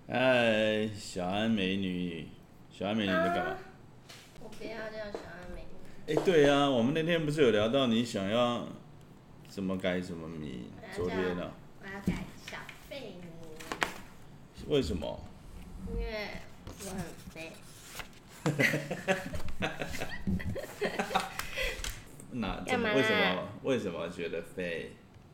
哎，小安美女，小安美女你在干嘛？ 我不要叫小安美女， 哎，对啊，我们那天不是有聊到你想要怎么改什么名？昨天啊， 我要改小费名， 为什么？ 因为我很肥。 那干嘛啦为什么觉得废？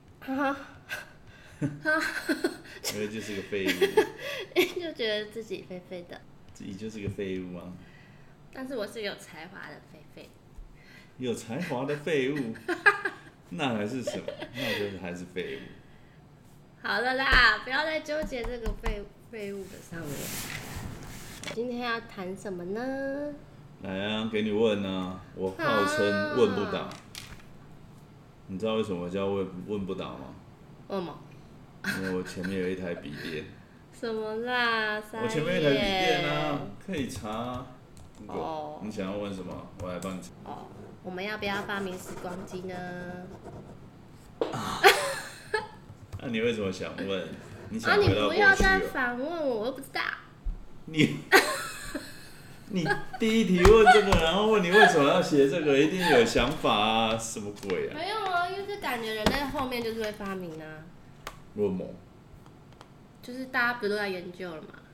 因为就是个废物， 就觉得自己肥肥的， 自己就是个废物啊， 但是我是有才华的肥肥。 有才华的废物，那还是什么？那就是还是废物。 好了啦，不要再纠结这个废物的上面。今天要谈什么呢？ 来啊，给你问啊，我号称问不倒。你知道为什么叫问不倒吗？ 为什么？ 因为我前面有一台笔电。 什么啦？ 我前面有一台笔电啊，可以查啊。 哦你想要问什么？我来帮你查。 哦，我们要不要发明时光机呢？ 那你为什么想问？你想你回到过去不要再了？ 反问我，我又不知道。 你第一题问这个，然后问你为什么要写这个，一定有想法啊？什么鬼啊？ 没有啊，因为这感觉人类后面就是会发明啊， 问某。 就是大家不都在研究了吗？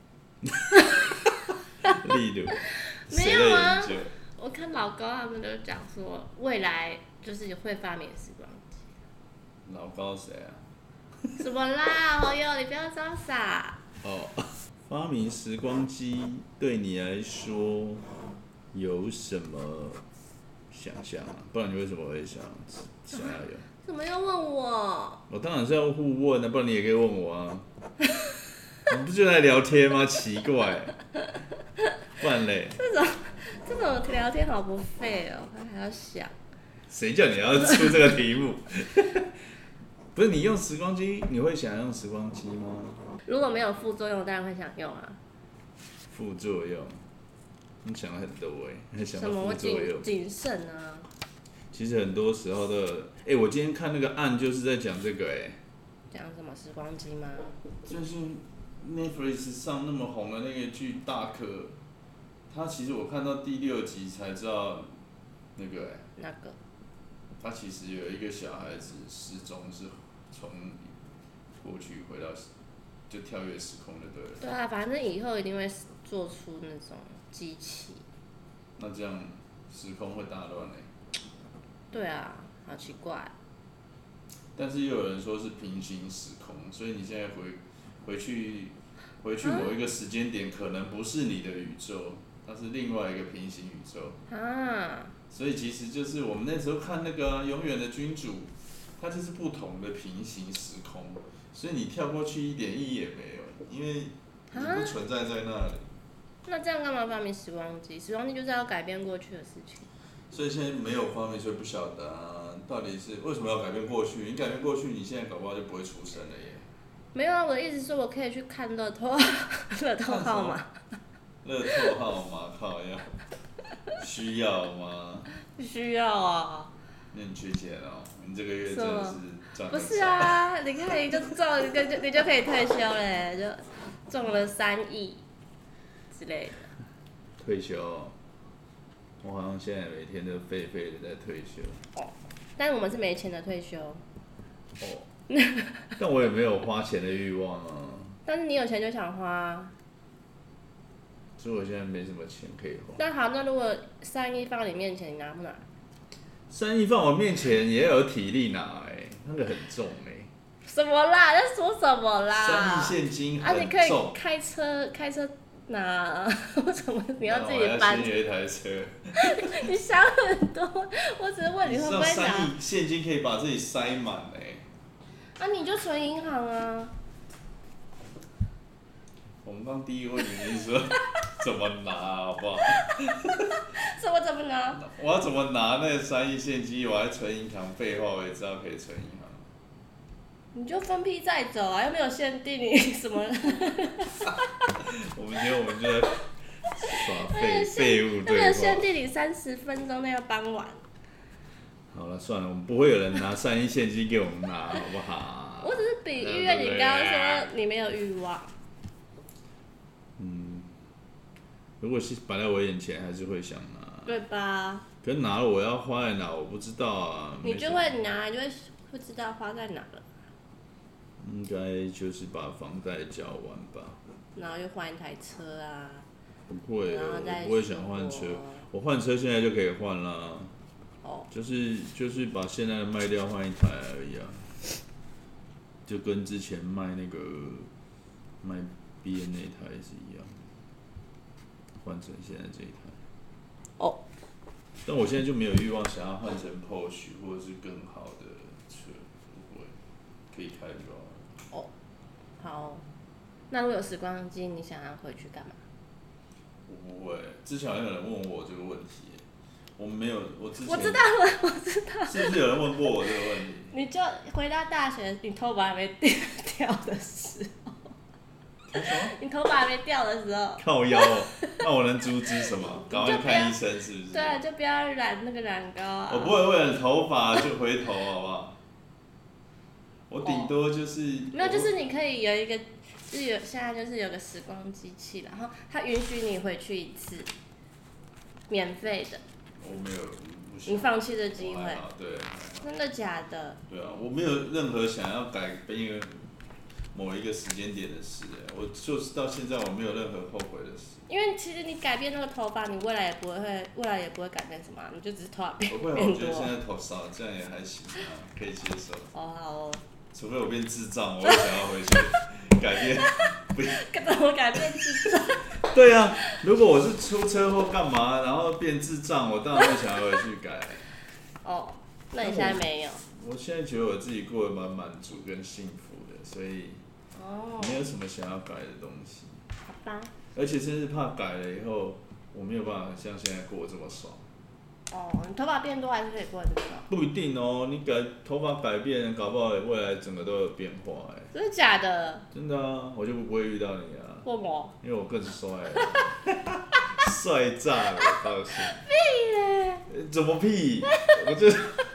例如， 没有啊谁在研究？ 我看老高他们都讲说，未来就是会发明时光机。 老高谁啊？ 什么啦，朋友，你不要装傻。 哦，发明时光机对你来说有什么想象啊？不然你为什么会想要有？ 怎么又问我？ 我当然是要互问啊，不然你也可以问我啊。我们不就在聊天吗？奇怪，不然嘞， 这种聊天好不废哦，还要想。 谁叫你要出这个题目？不是你用时光机，你会想用时光机吗？ 如果没有副作用，当然会想用啊。 副作用，你想了很多还想到什么？我副作用。 谨慎啊。 其实很多时候的，我今天看那个案就是在讲这个， 讲什么时光机吗？ 最近 Netflix 上那么红的那个剧《大课》，它其实我看到第6集才知道，那个那个。 他其实有一个小孩子失踪，是从过去回到，就跳跃时空就对了。 对啊，反正以后一定会做出那种机器。 那这样时空会大乱对啊，好奇怪。 但是又有人说是平行时空，所以你现在回去某一个时间点，可能不是你的宇宙，它是另外一个平行宇宙。 啊。 所以其实就是我们那时候看那个永远的君主，它就是不同的平行时空，所以你跳过去一点意义也没有，因为你不存在在那里。 那这样干嘛发明时光机？时光机就是要改变过去的事情。 所以现在没有发明，所以不晓得啊，到底是为什么要改变过去？你改变过去，你现在搞不好就不会出生了耶。 没有啊，我的意思是我可以去看乐透，乐透号码。 乐透号码靠要，需要吗？ 不需要啊。 那你缺钱哦，你这个月真的是赚不很少。 是啊，你看你就中，你就可以退休嘞，就中了3亿之类的。 退休哦，我好像现在每天都废废的在退休。 但是我们是没钱的退休。 但我也没有花钱的欲望啊。 但是你有钱就想花。 所以我现在没什么钱可以花。 那好，那如果3亿放你面前，你拿不拿 ？3亿放我面前也要有体力拿那个很重什么啦？在说什么啦 ？3亿现金啊，你很可以重。 开车拿，为什么你要自己那我搬要？先有一台车。 你想很多，我只是问你知道会不会 3亿拿。 现金可以把自己塞满啊，你就存银行啊。 我们刚第一个问题你是说怎么拿，好不好？ 怎么拿？ 我要怎么拿那3亿现金？我还存银行？废话，我也知道可以存银行。 你就分批再走啊，又没有限定你什么。 我们就在耍废物对话。 又没有限定你30分钟内要搬完。 好了，算了，我们不会有人拿3亿现金给我们拿，好不好？ 我只是比喻，你刚刚说你没有欲望。 如果是摆在我眼前，还是会想拿。 对吧？ 可是拿了我要花在哪，我不知道啊。 你就会拿，你就会知道花在哪了。 应该就是把房贷缴完吧。 然后又换一台车啊。 不会，我不会想换车。我换车现在就可以换啦。就是把现在的卖掉换一台而已啊。就跟之前卖BN 那台是一样，换成现在这一台。但我现在就没有欲望想要换成 Porsche 或者是更好的车，不会，可以开就好了。 好。那如果有时光机，你想要回去干嘛？ 我不会。之前好像有人问我这个问题，我没有，我之前。 我知道了，我知道了。 是不是有人问过我这个问题？ 你就回到大学，你头发还没掉的时候。你头发还没掉的时候。 靠腰哦，那我能阻止什么？赶快去看医生是不是？ 对，就不要染那个染膏啊。 我不会为了头发就回头，好不好？我顶多就是。 没有，就是你可以有一个，现在就是有个时光机器，然后它允许你回去一次，免费的。 我没有。 你放弃的机会。 对。 真的假的？ 对啊，我没有任何想要改变某一个时间点的事，我就是到现在我没有任何后悔的事。 因为其实你改变那个头发，你未来也不会改变什么，你就只是头发变多。 不会，我觉得现在头少，这样也还行啊，可以接受。 好哦。 除非我变智障，我会想要回去改变。 怎么改变智障？ 对啊，如果我是出车祸干嘛，然后变智障，我当然会想要回去改。 那你现在没有？ 我现在觉得我自己过得蛮满足跟幸福的，所以没有什么想要改的东西。 好吧。 而且甚至怕改了以后，我没有办法像现在过得这么爽。 你头发变多还是可以过得这么爽？ 不一定哦，你头发改变，搞不好未来整个都有变化哎。 真的假的？ 真的啊，我就不会遇到你啊。 为什么？ 因为我更帅了。帅炸了，告诉你。 屁嘞！ 怎么屁？我就，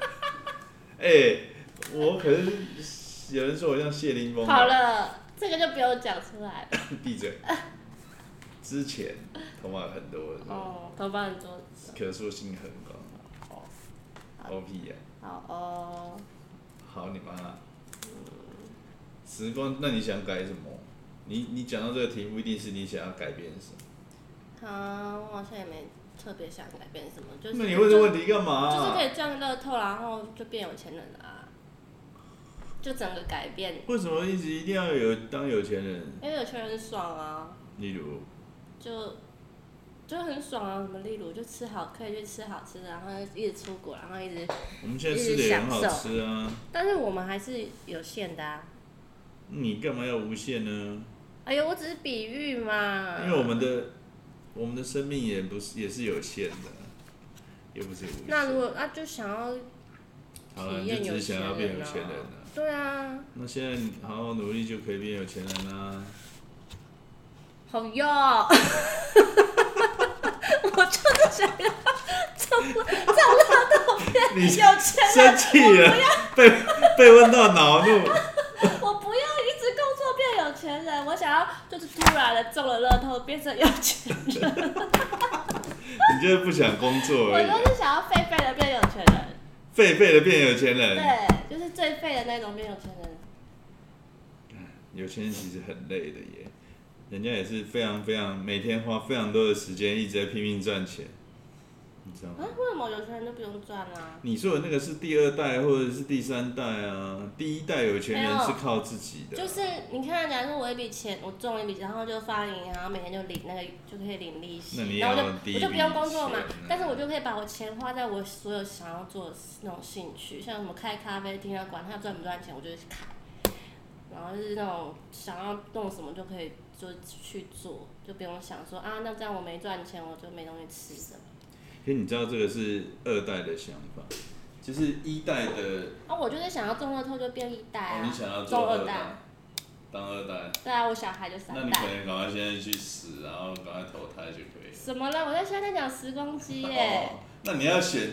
我可是有人说我像谢霆锋。 好了，这个就不用讲出来了。 闭嘴。之前头发很多的时候。 头发很多。 可塑性很高。屁呀。好你妈。时光，那你想改什么？你讲到这个题目，一定是你想要改变什么？ 我好像也没特别想改变什么，就是。 那你问这问题干嘛？ 就是可以赚乐透，然后就变有钱人了啊！就整个改变。 为什么一定要当有钱人？ 因为有钱人很爽啊。 例如。 就很爽啊！什么例如就可以去吃好吃的，然后一直出国，然后一直。 我们现在吃的也很好吃啊。 但是我们还是有限的啊。 你干嘛要无限呢？ 哎呦，我只是比喻嘛。 因为我们的生命也是有限的，又不是无限。 那如果就想要体验有钱人啊。就只想要变有钱人啊。 对啊。 那现在好好努力就可以变有钱人啦。 好哟。我就是想要中乐透变有钱人。 生气了，被问到恼怒。 我不要一直工作变有钱人，我想要就是突然的中了乐透变成有钱人。 你就是不想工作而已。 我就是想要废的变有钱人。 废的变有钱人。 对，就是最废的那种变有钱人。 有钱人其实很累的耶。人家也是非常非常每天花非常多的时间一直在拼命赚钱，你知道吗？ 为什么有钱人都不用赚啊？ 你说的那个是第2代或者是第3代啊，第1代有钱人是靠自己的。 就是你看，假如说我一笔钱，我中了一笔，然后就放银行，然后每天就领那个就可以领利息，然后我就不用工作嘛，但是我就可以把我钱花在我所有想要做的那种兴趣，像什么开咖啡厅啊，管它赚不赚钱，我就开。然后就是那种想要弄什么就可以就去做，就不用想说那这样我没赚钱，我就没东西吃的。 可是你知道这个是2代的想法，就是1代的。 我就是想要中乐透就变1代啊。 你想要中2代。 当2代。 对啊，我小孩就3代。 那你可能赶快现在去死，然后赶快投胎就可以。 什么了？我现在在讲时光机耶。 那你要选，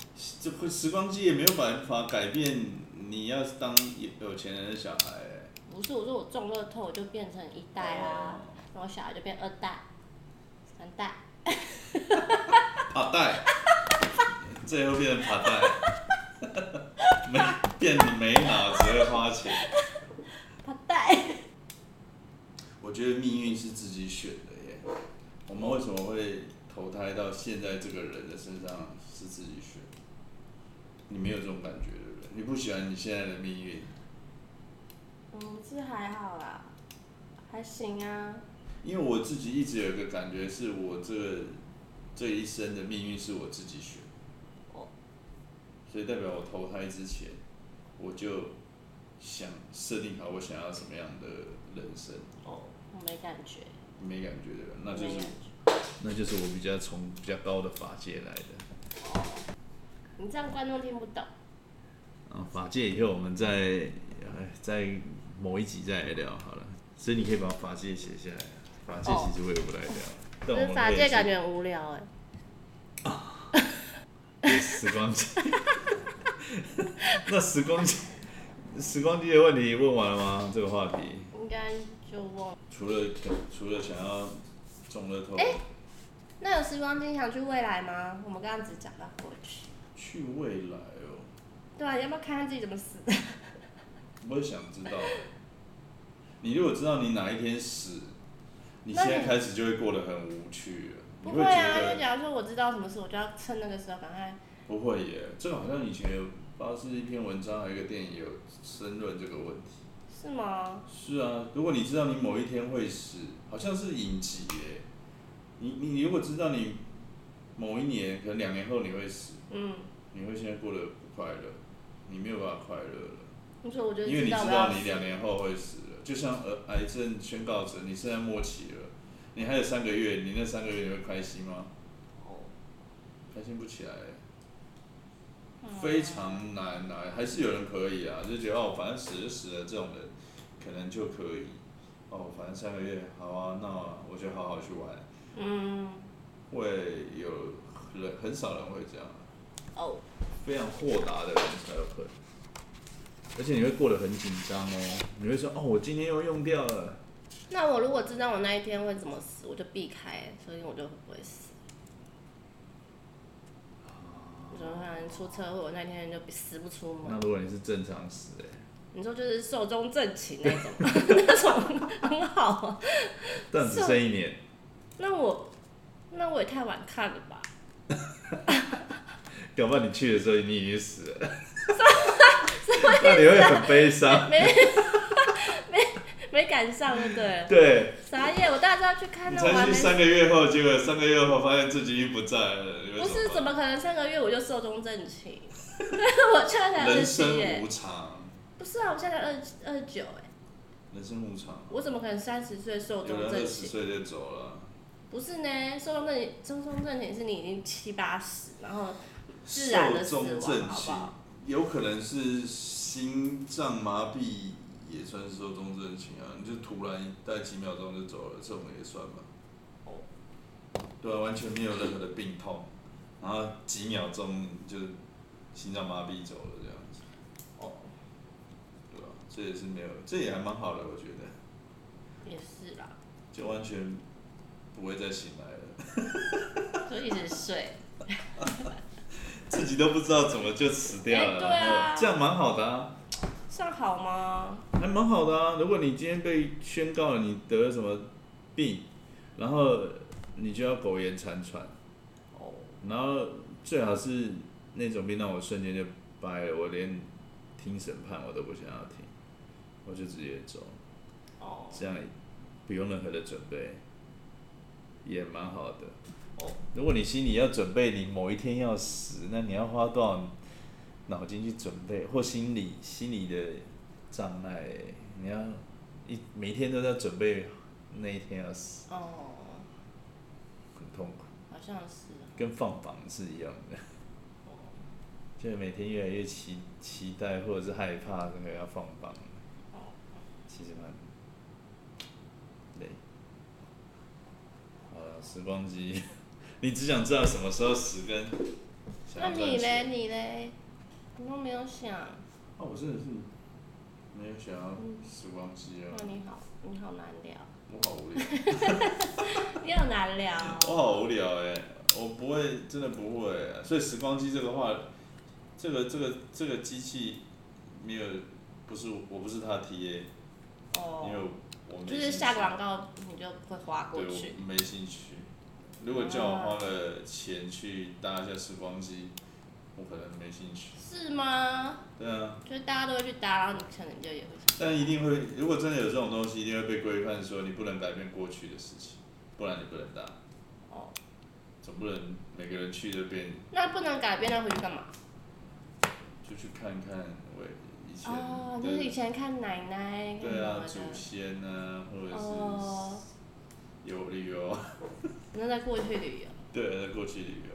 时光机也没有办法改变你要当有钱人的小孩。 不是，我说我中乐透我就变成1代啦，然后小孩就变2代、3代。 爬袋，最后变成爬袋，变没脑，只会花钱。 爬袋。 我觉得命运是自己选的耶。我们为什么会投胎到现在这个人的身上是自己选？你没有这种感觉对不对？你不喜欢你现在的命运？ 是还好啦，还行啊。 因为我自己一直有一个感觉，是我这一生的命运是我自己选，所以代表我投胎之前，我就想设定好我想要什么样的人生。 我没感觉。 你没感觉对吧？那就是我从比较高的法界来的。 你这样观众听不懂。 法界以后我们在某一集再来聊好了，所以你可以把法界写下来。法界其实我也不来聊，但我们法界感觉很无聊时光机，那时光机的问题问完了吗？这个话题应该就忘了。 除了想要中乐透， 那有时光机想去未来吗？我们刚刚只讲到过去。 去未来哦。 对啊，你要不要看看自己怎么死？ 我也想知道。你如果知道你哪一天死，你现在开始就会过得很无趣了。 不会啊，因为假如说我知道什么事，我就要趁那个时候赶快。 不会耶，这个好像以前有，不知道是一篇文章还有一个电影有深论这个问题。 是吗？ 是啊，如果你知道你某一天会死，好像是影集耶。你如果知道你某一年可能2年后你会死，你会现在过得不快乐，你没有办法快乐了。因为你知道你2年后会死了，就像癌症宣告者，你现在末期了，你还有3个月，你那3个月你会开心吗？开心不起来。非常难来，还是有人可以啊，就觉得反正死就死了，这种人可能就可以。反正3个月，好啊，那我就好好去玩。会有很少人会这样。非常豁达的人才有可能。而且你会过得很紧张哦，你会说我今天又用掉了。 那我如果知道我那一天会怎么死，我就避开，所以我就不会死。可能出车祸那天就死不出门。 那如果你是正常死你说就是寿终正寝那种，那种很好啊。 但只剩1年。 那我也太晚看了吧？ 搞不好你去的时候你已经死了。那你会很悲伤。 没赶上，对不对？ 对。 傻眼，我大家要去看那。 你才去3个月后，结果3个月后发现自己已经不在了。 不是，怎么可能3个月我就寿终正寝？我现在才27。 人生无常。 不是啊，我现在才29 人生无常。 我怎么可能30岁寿终正寝？ 有人20岁就走了。 不是呢，寿终正寝是你已经70、80，然后自然的死亡，好不好？ 有可能是心脏麻痹。也算是寿终正寝啊，你就突然大概几秒钟就走了，这种也算吧。对啊，完全没有任何的病痛，然后几秒钟就心脏麻痹走了这样子。对吧？这也是没有，这也还蛮好的，我觉得。 也是啦。 就完全不会再醒来了。 就一直睡。 自己都不知道怎么就死掉了。 对啊。 这样蛮好的啊。 这样好吗？ 还蛮好的啊！如果你今天被宣告了你得了什么病，然后你就要苟延残喘。然后最好是那种病让我瞬间就掰了，我连听审判我都不想要听，我就直接走。这样不用任何的准备，也蛮好的。如果你心里要准备你某一天要死，那你要花多少脑筋去准备，或心理的障碍，你要每天都在准备那一天要死，很痛苦。 好像是。 跟放榜是一样的，就每天越来越期待或者是害怕那个要放榜，其实蛮累。好了，时光机，你只想知道什么时候死跟。 那你嘞？你都没有想。 我真的是没有想要时光机啊。 那你好难聊。 我好无聊。 你好难聊。 我好无聊我不会，真的不会。所以时光机这个话，这个机器没有，我不是他 TA。因为我没就是下广告你就会划过去。 对，我没兴趣。如果叫我花了钱去搭一下时光机，我可能没兴趣。 是吗？ 对啊。 就是大家都会去搭，然后你可能就也会。 但一定会，如果真的有这种东西，一定会被规范说你不能改变过去的事情，不然你不能搭。总不能每个人去这边。 那不能改变，那回去干嘛？ 就去看看以前。 就是以前看奶奶。 对啊，祖先啊，或者是有旅游。 那在过去旅游。 对，在过去旅游。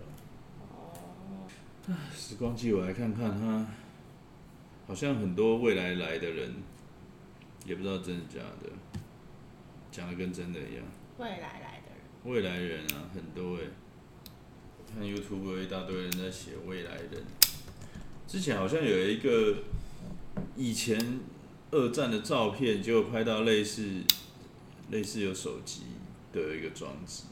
时光机我来看看它，好像很多未来来的人，也不知道真的假的，讲的跟真的一样。 未来来的人。 未来人啊，很多看 YouTube 有一大堆人在写未来人。之前好像有一个以前2战的照片，结果拍到类似有手机的一个装置。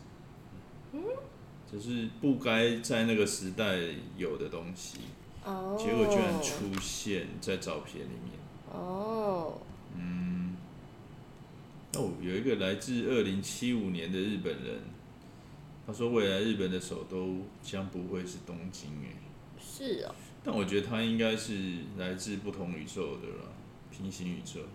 就是不该在那个时代有的东西，结果居然出现在照片里面。有一个来自2075年的日本人，他说未来日本的首都将不会是东京。 是哦。 但我觉得他应该是来自不同宇宙的啦，平行宇宙。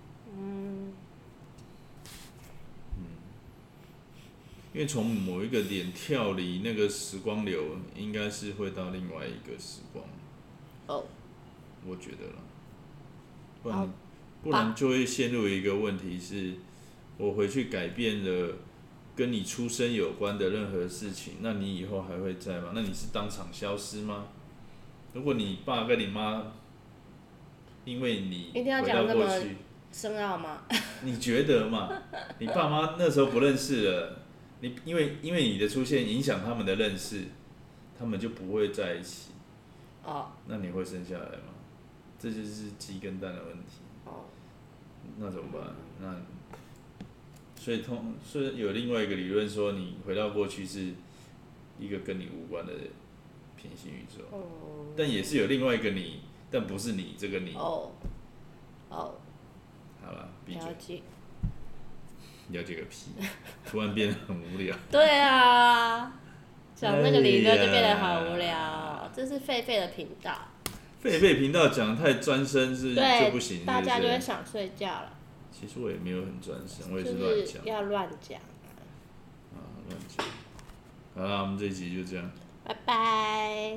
因为从某一个点跳离那个时光流，应该是会到另外一个时光。我觉得啦，不然就会陷入一个问题是，我回去改变了跟你出生有关的任何事情，那你以后还会在吗？那你是当场消失吗？如果你爸跟你妈因为你回到过去， 深奥吗？ 你觉得嘛？你爸妈那时候不认识了，因为你的出现影响他们的认识，他们就不会在一起。那你会生下来吗？这就是鸡跟蛋的问题。那怎么办？所以有另外一个理论说，你回到过去是一个跟你无关的平行宇宙。但也是有另外一个你，但不是你这个你。好了，闭嘴。了解个屁！突然变得很无聊。 对啊，讲那个理论就变得好无聊。这是狒狒的频道。 狒狒频道讲太专深就不行， 大家就会想睡觉了。 其实我也没有很专深，我也是乱讲。 就是要乱讲。 乱讲。好啦，我们这一集就这样。 拜拜。